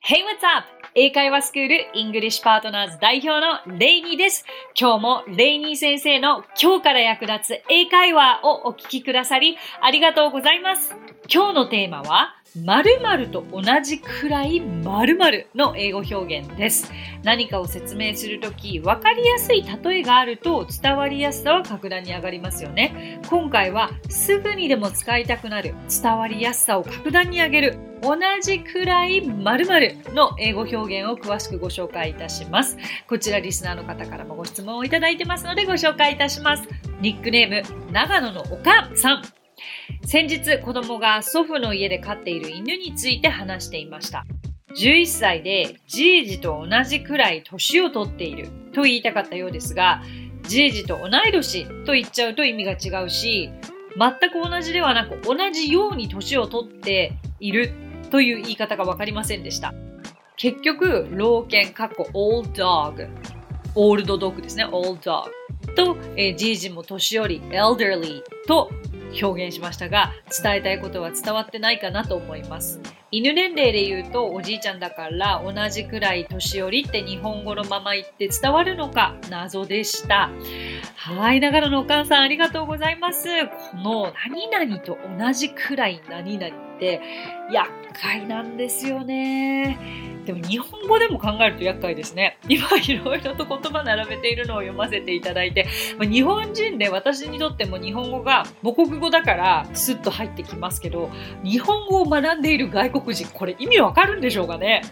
Hey, what's up? 英会話スクールイングリッシュパートナーズ代表のレイニーです。今日もレイニー先生の今日から役立つ英会話をお聞きくださりありがとうございます。今日のテーマは〇〇と同じくらい〇〇の英語表現です。何かを説明するとき、わかりやすい例えがあると伝わりやすさは格段に上がりますよね。今回はすぐにでも使いたくなる、伝わりやすさを格段に上げる、同じくらい〇〇の英語表現を詳しくご紹介いたします。こちらリスナーの方からもご質問をいただいてますのでご紹介いたします。ニックネーム、長野のお母さん。先日子供が祖父の家で飼っている犬について話していました。11歳でじいじと同じくらい年を取っていると言いたかったようですが、じいじと同い年と言っちゃうと意味が違うし、全く同じではなく同じように年を取っているという言い方がわかりませんでした。結局、老犬old dog、オールドドッグですね、old dog と、じいじも年寄り elderly と表現しましたが、伝えたいことは伝わってないかなと思います。犬年齢で言うとおじいちゃんだから同じくらい年寄りって日本語のまま言って伝わるのか謎でした。はい、長野のお母さんありがとうございます。この何々と同じくらい何々って厄介なんですよね。でも日本語でも考えると厄介ですね。今いろいろと言葉並べているのを読ませていただいて、日本人で私にとっても日本語が母国語だからスッと入ってきますけど、日本語を学んでいる外国人、これ意味わかるんでしょうかね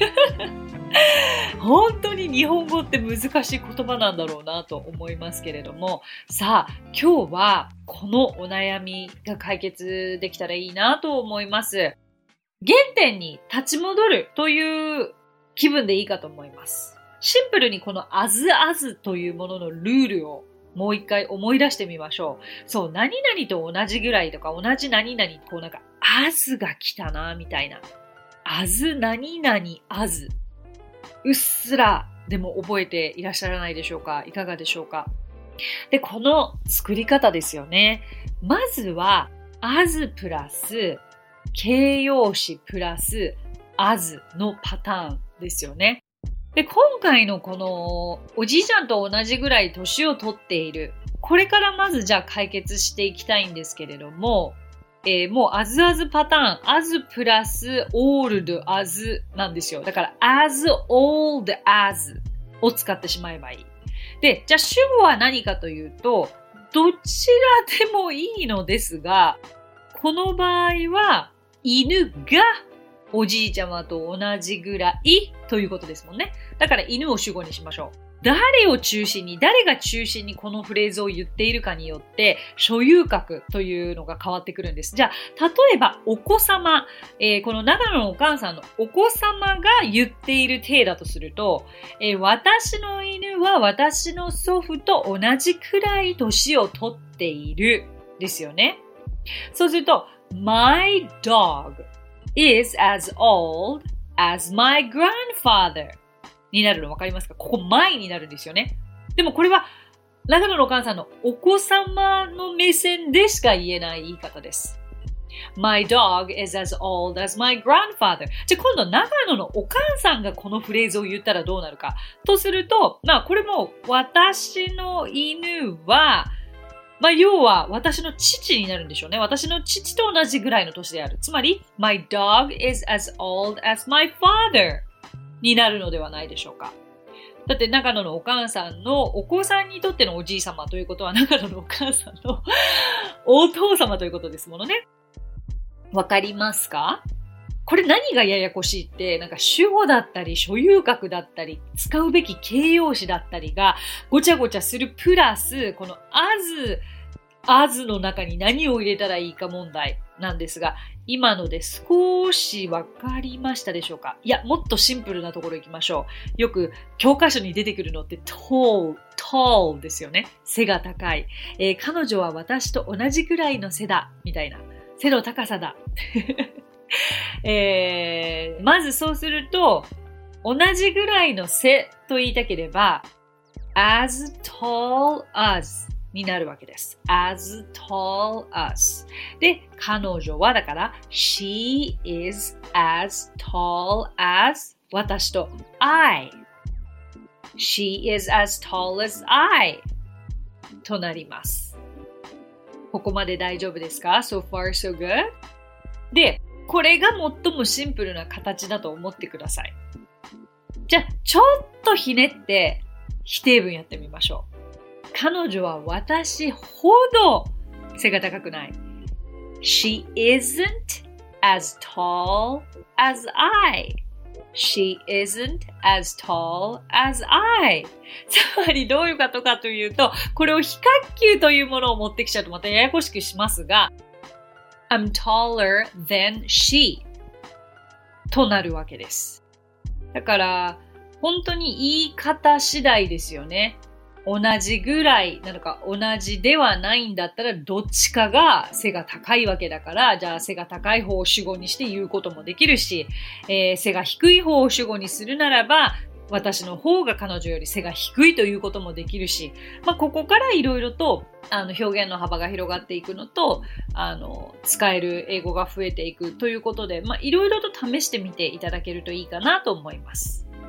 本当に日本語って難しい言葉なんだろうなと思いますけれども、さあ今日はこのお悩みが解決できたらいいなと思います。原点に立ち戻るという気分でいいかと思います。シンプルにこのas というもののルールをもう一回思い出してみましょう。そう、何々と同じぐらいとか同じ何々、こうなんか as が来たなみたいな。as 何々 as。うっすらでも覚えていらっしゃらないでしょうか？いかがでしょうか？で、この作り方ですよね。まずは as プラス形容詞プラス as のパターンですよね。で、今回のこのおじいちゃんと同じぐらい年を取っている。これからまずじゃあ解決していきたいんですけれども、もう as パターン、as プラス old as なんですよ。だから as old as を使ってしまえばいい。で、じゃあ主語は何かというと、どちらでもいいのですが、この場合は犬がおじいちゃまと同じぐらいということですもんね。だから犬を主語にしましょう。誰が中心にこのフレーズを言っているかによって所有格というのが変わってくるんです。じゃあ、例えばお子様、この長野のお母さんのお子様が言っている体だとすると、私の犬は私の祖父と同じくらい年を取っているですよね。そうするとMy dog is as old as my grandfather になるの分かりますか？ここ my になるんですよね。でもこれは長野のお母さんのお子様の目線でしか言えない言い方です。My dog is as old as my grandfather。 じゃあ今度長野のお母さんがこのフレーズを言ったらどうなるかとすると、これも私の犬は要は私の父になるんでしょうね。私の父と同じぐらいの年である。つまり、My dog is as old as my father になるのではないでしょうか。だって長野のお母さんのお子さんにとってのおじい様ということは長野のお母さんのお父様ということですものね。わかりますか？これ何がややこしいって、なんか主語だったり所有格だったり使うべき形容詞だったりがごちゃごちゃするプラス、このas の中に何を入れたらいいか問題なんですが、今ので少しわかりましたでしょうか？いや、もっとシンプルなところ行きましょう。よく教科書に出てくるのって tall ですよね。背が高い。彼女は私と同じくらいの背だみたいな。背の高さだ。まずそうすると同じぐらいの背と言いたければ as tall as になるわけです。as tall as で、彼女はだから she is as tall as 私と I she is as tall as I となります。ここまで大丈夫ですか？ So far so good? で、これが最もシンプルな形だと思ってください。じゃあ、ちょっとひねって否定文やってみましょう。彼女は私ほど背が高くない。She isn't as tall as I.She isn't as tall as I. つまりどういうことかというと、これを非角球というものを持ってきちゃうとまたややこしくしますが、I'm taller than she となるわけです。だから、本当に言い方次第ですよね。同じぐらいなのか同じではないんだったらどっちかが背が高いわけだから、じゃあ背が高い方を主語にして言うこともできるし、背が低い方を主語にするならば私の方が彼女より背が低いということもできるし、ここからいろいろと表現の幅が広がっていくのと使える英語が増えていくということで、いろいろと試してみていただけるといいかなと思います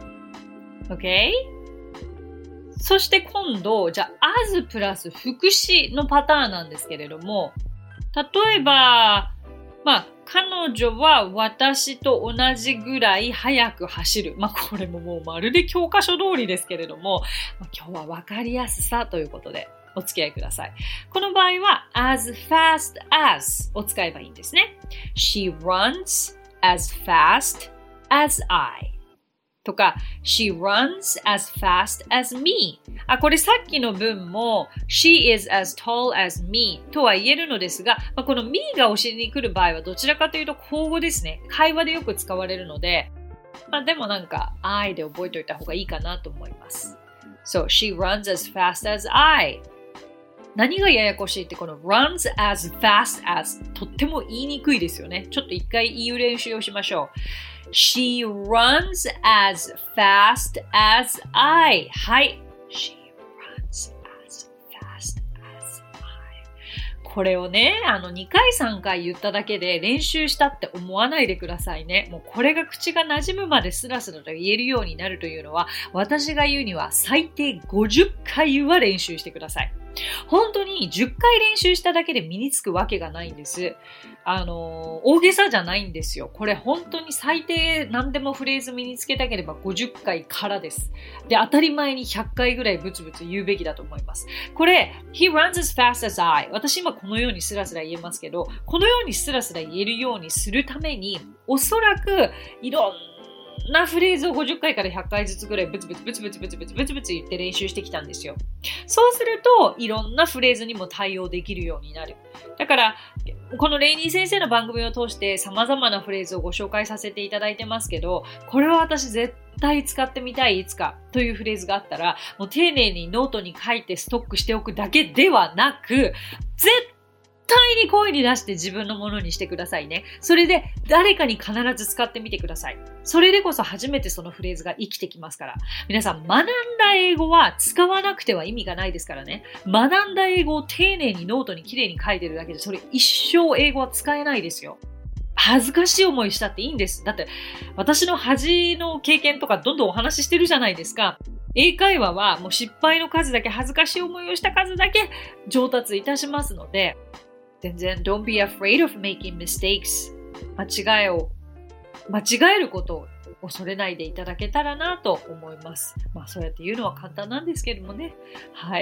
。OK?そして今度、じゃあ as プラス副詞のパターンなんですけれども、例えば、彼女は私と同じぐらい速く走る。これももうまるで教科書通りですけれども、今日はわかりやすさということでお付き合いください。この場合は as fast as を使えばいいんですね。She runs as fast as I.とか She runs as fast as me これさっきの文も She is as tall as me とは言えるのですが、この me がお尻に来る場合はどちらかというと口語ですね。会話でよく使われるので、でもI で覚えておいた方がいいかなと思います。So she runs as fast as I 何がややこしいってこの runs as fast as とっても言いにくいですよね。ちょっと一回言う練習をしましょう。She runs as fast as I. はい。She runs as fast as I. これをね、2回3回言っただけで練習したって思わないでくださいね。もうこれが口が馴染むまでスラスラと言えるようになるというのは、私が言うには最低50回は練習してください。本当に10回練習しただけで身につくわけがないんです。大げさじゃないんですよ。これ本当に最低何でもフレーズ身につけたければ50回からです。で、当たり前に100回ぐらいブツブツ言うべきだと思います。これ、He runs as fast as I。私今このようにスラスラ言えますけど、このようにスラスラ言えるようにするために、おそらくいろんなフレーズを50回から100回ずつぐらいブツブツ言って練習してきたんですよ。そうするといろんなフレーズにも対応できるようになる。だからこのレイニー先生の番組を通して様々なフレーズをご紹介させていただいてますけど、これは私絶対使ってみたいいつかというフレーズがあったら、もう丁寧にノートに書いてストックしておくだけではなく、絶対に声に出して自分のものにしてくださいね。それで誰かに必ず使ってみてください。それでこそ初めてそのフレーズが生きてきますから。皆さん、学んだ英語は使わなくては意味がないですからね。学んだ英語を丁寧にノートにきれいに書いてるだけで、それ一生英語は使えないですよ。恥ずかしい思いしたっていいんです。だって私の恥の経験とかどんどんお話ししてるじゃないですか。英会話はもう失敗の数だけ、恥ずかしい思いをした数だけ上達いたしますので、全然 don't be afraid of making mistakes。 間違えることを恐れないでいただけたらなと思います。そうやって言うのは簡単なんですけどもね。はい。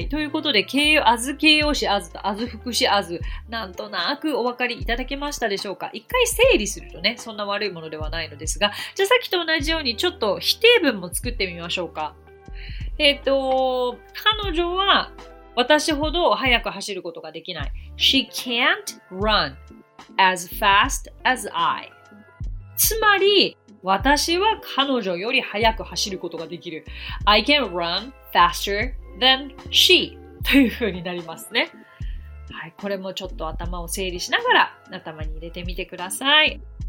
ということで、as 形容詞 as と as 副詞 as、 なんとなくお分かりいただけましたでしょうか。一回整理するとね、そんな悪いものではないのですが、じゃあさっきと同じようにちょっと否定文も作ってみましょうか。彼女は私ほど速く走ることができない。She can't run as fast as I。 つまり、私は彼女より速く走ることができる。I can run faster than she という風になりますね。はい、これもちょっと頭を整理しながら頭に入れてみてください。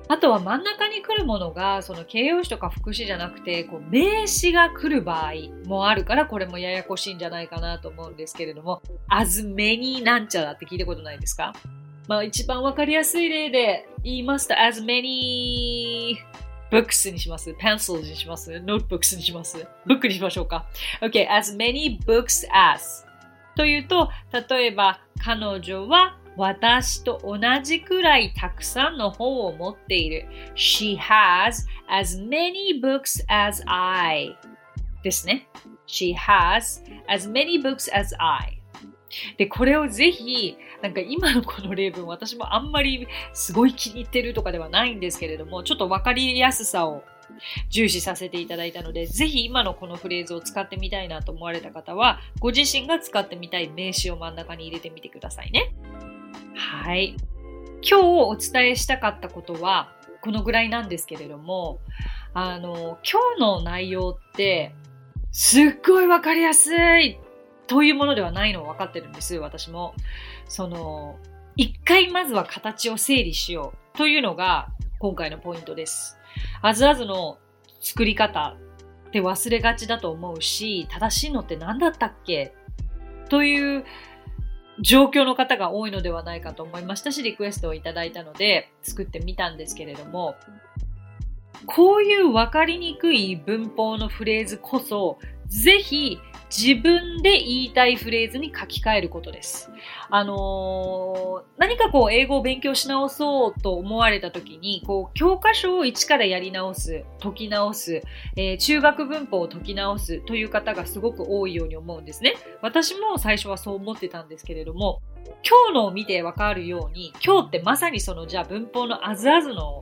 あとは真ん中に来るものがその形容詞とか副詞じゃなくて名詞が来る場合もあるから、これもややこしいんじゃないかなと思うんですけれども、as many なんちゃらって聞いたことないですか？一番わかりやすい例で言いますと as many books にします？ pencils にします？ notebooks にします？ book にしましょうか。 OK, as many books as というと、例えば彼女は私と同じくらいたくさんの本を持っている。 She has as many books as I ですね。 She has as many books as I で、これをぜひ今のこの例文、私もあんまりすごい気に入ってるとかではないんですけれども、ちょっとわかりやすさを重視させていただいたので、ぜひ今のこのフレーズを使ってみたいなと思われた方は、ご自身が使ってみたい名詞を真ん中に入れてみてくださいね。はい。今日お伝えしたかったことはこのぐらいなんですけれども、今日の内容ってすっごいわかりやすいというものではないのを分かってるんです。私も一回まずは形を整理しようというのが今回のポイントです。あずあずの作り方って忘れがちだと思うし、正しいのって何だったっけという状況の方が多いのではないかと思いましたし、リクエストをいただいたので作ってみたんですけれども、こういう分かりにくい文法のフレーズこそぜひ自分で言いたいフレーズに書き換えることです。何か英語を勉強し直そうと思われた時に教科書を一からやり直す、解き直す、中学文法を解き直すという方がすごく多いように思うんですね。私も最初はそう思ってたんですけれども、今日のを見てわかるように、今日ってまさにじゃあ文法のあずあずの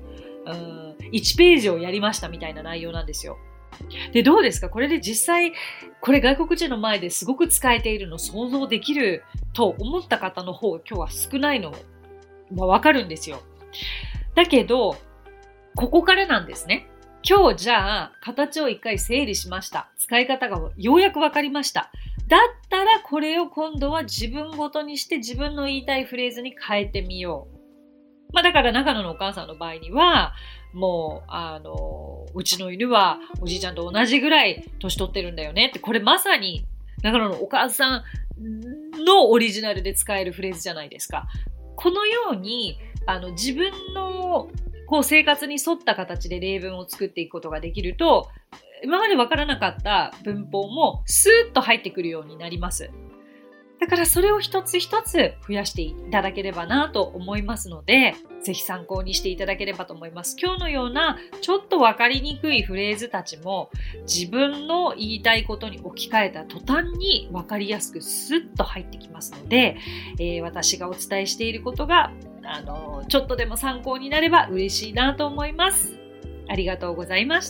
1ページをやりましたみたいな内容なんですよ。で、どうですか？これで実際これ外国人の前ですごく使えているの想像できると思った方の方が今日は少ないのはわかるんですよ。だけどここからなんですね。今日じゃあ形を一回整理しました。使い方がようやくわかりました。だったらこれを今度は自分ごとにして自分の言いたいフレーズに変えてみよう。だから長野のお母さんの場合にはもううちの犬はおじいちゃんと同じぐらい年取ってるんだよねって、これまさに長野のお母さんのオリジナルで使えるフレーズじゃないですか。このように自分の生活に沿った形で例文を作っていくことができると、今までわからなかった文法もスーッと入ってくるようになります。だからそれを一つ一つ増やしていただければなと思いますので、ぜひ参考にしていただければと思います。今日のようなちょっとわかりにくいフレーズたちも自分の言いたいことに置き換えた途端にわかりやすくスッと入ってきますので、私がお伝えしていることがちょっとでも参考になれば嬉しいなと思います。ありがとうございました。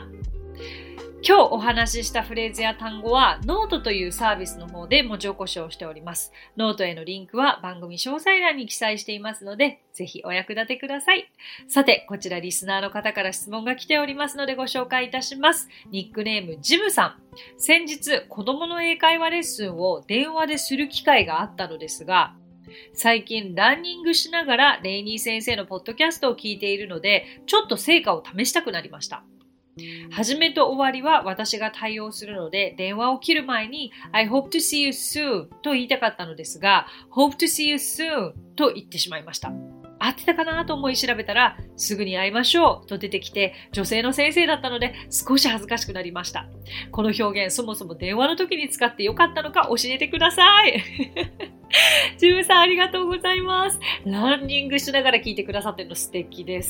今日お話ししたフレーズや単語はノートというサービスの方で文字起こしをしております。ノートへのリンクは番組詳細欄に記載していますので、ぜひお役立てください。さて、こちらリスナーの方から質問が来ておりますのでご紹介いたします。ニックネームジムさん。先日、子供の英会話レッスンを電話でする機会があったのですが、最近ランニングしながらレイニー先生のポッドキャストを聞いているので、ちょっと成果を試したくなりました。始めと終わりは私が対応するので、電話を切る前に I hope to see you soon と言いたかったのですが hope to see you soon と言ってしまいました。合ってたかなと思い調べたら、すぐに会いましょうと出てきて、女性の先生だったので少し恥ずかしくなりました。この表現、そもそも電話の時に使ってよかったのか教えてください。ジムさん、ありがとうございます。ランニングしながら聞いてくださってるの素敵です。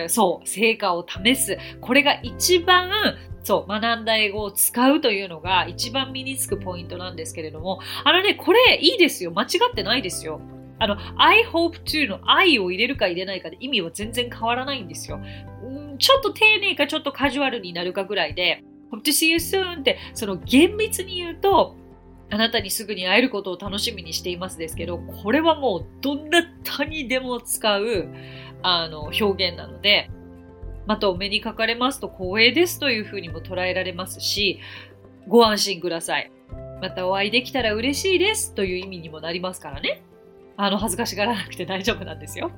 そう、成果を試す。これが一番学んだ英語を使うというのが一番身につくポイントなんですけれども、これいいですよ。間違ってないですよ。I hope to の I を入れるか入れないかで意味は全然変わらないんですよ。ちょっと丁寧かちょっとカジュアルになるかぐらいで、hope to see you soon って厳密に言うと、あなたにすぐに会えることを楽しみにしていますですけど、これはもうどんな他にでも使う表現なので、またお目にかかれますと光栄ですというふうにも捉えられますし、ご安心ください。またお会いできたら嬉しいですという意味にもなりますからね。恥ずかしがらなくて大丈夫なんですよ。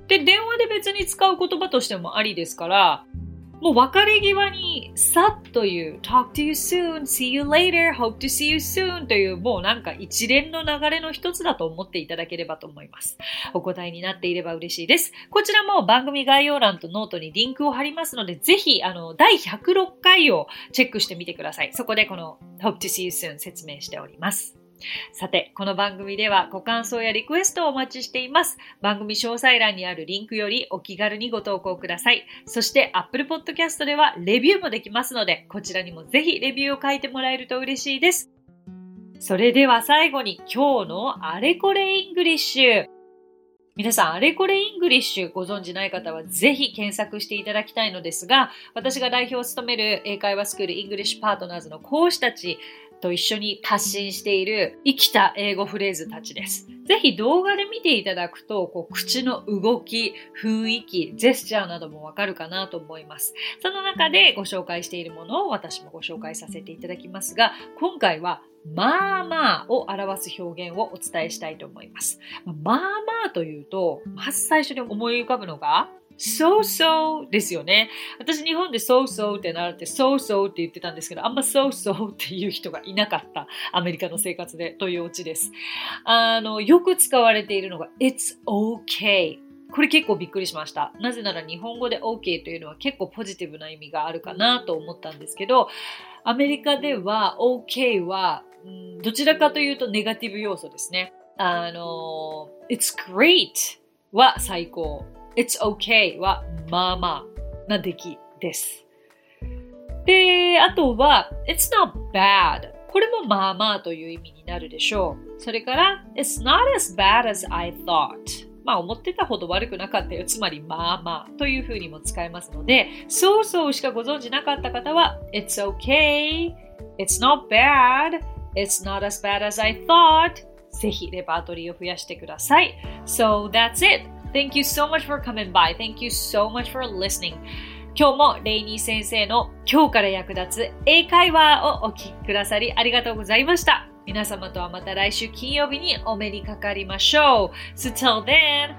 で、電話で別に使う言葉としてもありですから、もう別れ際にさっという Talk to you soon, see you later, hope to see you soon というもうなんか一連の流れの一つだと思っていただければと思います。お答えになっていれば嬉しいです。こちらも番組概要欄とノートにリンクを貼りますので、ぜひ第106回をチェックしてみてください。そこでこの hope to see you soon 説明しております。さて、この番組ではご感想やリクエストをお待ちしています。番組詳細欄にあるリンクよりお気軽にご投稿ください。そして Apple Podcast ではレビューもできますので、こちらにもぜひレビューを書いてもらえると嬉しいです。それでは最後に今日のあれこれイングリッシュ。皆さん、あれこれイングリッシュご存知ない方はぜひ検索していただきたいのですが、私が代表を務める英会話スクールイングリッシュパートナーズの講師たちと一緒に発信している生きた英語フレーズたちです。ぜひ動画で見ていただくと、口の動き、雰囲気、ジェスチャーなどもわかるかなと思います。その中でご紹介しているものを私もご紹介させていただきますが、今回はまあまあを表す表現をお伝えしたいと思います。まあまあというと、まず最初に思い浮かぶのがSo so ですよね。私日本で So so って習って So so って言ってたんですけど、あんま So so っていう人がいなかったアメリカの生活でというオチです。よく使われているのが It's okay。これ結構びっくりしました。なぜなら日本語で OK というのは結構ポジティブな意味があるかなと思ったんですけど、アメリカでは OK はどちらかというとネガティブ要素ですね。It's great は最高。It's okay はまあまあな出来です。で、あとは It's not bad これもまあまあという意味になるでしょう。それから It's not as bad as I thought 思ってたほど悪くなかったよ。つまりまあまあというふうにも使えますので、そうそうしかご存知なかった方は It's okay It's not bad It's not as bad as I thought ぜひレパートリーを増やしてください。So that's it.Thank you so much for coming by. Thank you so much for listening. 今日もレイニー先生の今日から役立つ英会話をお聞きくださりありがとうございました。皆様とはまた来週金曜日にお目にかかりましょう。So till then,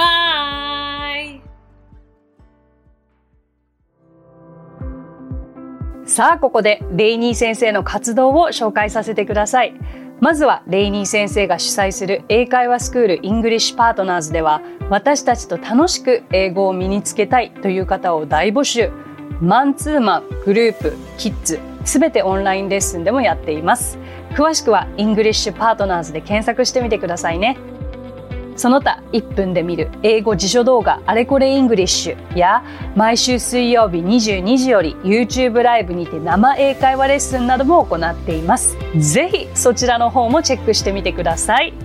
bye! さあ、ここでレイニー先生の活動を紹介させてください。まずはレイニー先生が主催する英会話スクールイングリッシュパートナーズでは、私たちと楽しく英語を身につけたいという方を大募集。マンツーマン、グループ、キッズ、すべてオンラインレッスンでもやっています。詳しくはイングリッシュパートナーズで検索してみてくださいね。その他1分で見る英語辞書動画あれこれイングリッシュや毎週水曜日22時より YouTube ライブにて生英会話レッスンなども行っています。ぜひそちらの方もチェックしてみてください。